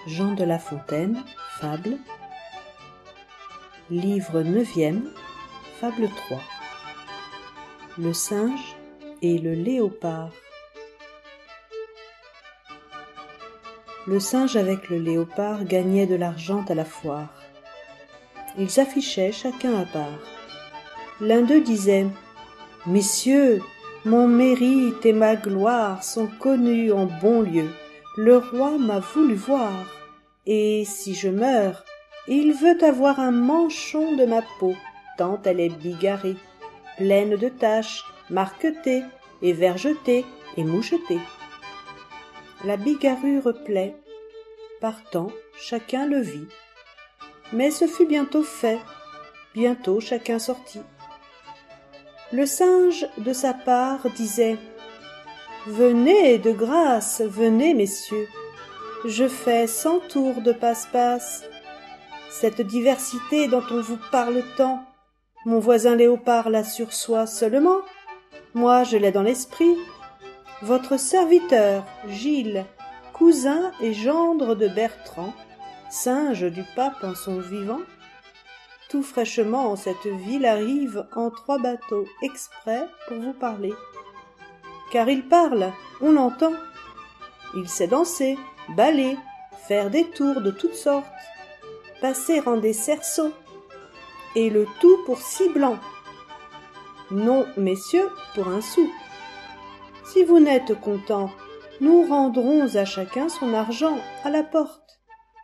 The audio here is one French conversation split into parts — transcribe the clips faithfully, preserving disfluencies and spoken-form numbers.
Jean de La Fontaine, Fable, livre neuvième, Fable trois. Le singe et le léopard. Le singe avec le léopard gagnaient de l'argent à la foire. Ils s'affichaient chacun à part. L'un d'eux disait « Messieurs, mon mérite et ma gloire sont connus en bon lieu. Le roi m'a voulu voir, et si je meurs, il veut avoir un manchon de ma peau, tant elle est bigarrée, pleine de taches, marquetée, et vergetée, et mouchetée. » La bigarrure plaît. Partant, chacun le vit. Mais ce fut bientôt fait, bientôt chacun sortit. Le singe, de sa part, disait « Venez de grâce, venez, messieurs, je fais cent tours de passe-passe. Cette diversité dont on vous parle tant, mon voisin léopard l'a sur soi seulement, moi je l'ai dans l'esprit. Votre serviteur, Gilles, cousin et gendre de Bertrand, singe du pape en son vivant, tout fraîchement en cette ville arrive en trois bateaux exprès pour vous parler. Car il parle, on l'entend. Il sait danser, baller, faire des tours de toutes sortes, passer en des cerceaux, et le tout pour six blancs. Non, messieurs, pour un sou. Si vous n'êtes contents, nous rendrons à chacun son argent à la porte.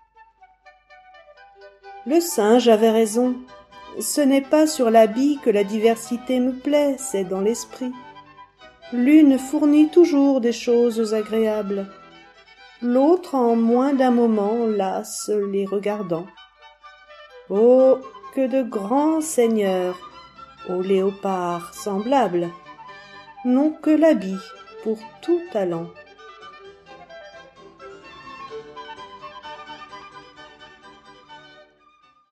Le singe avait raison. Ce n'est pas sur l'habit que la diversité me plaît, c'est dans l'esprit. L'une fournit toujours des choses agréables, l'autre en moins d'un moment lasse les regardants. Oh, que de grands seigneurs, aux léopards semblables, n'ont que l'habit pour tout talent.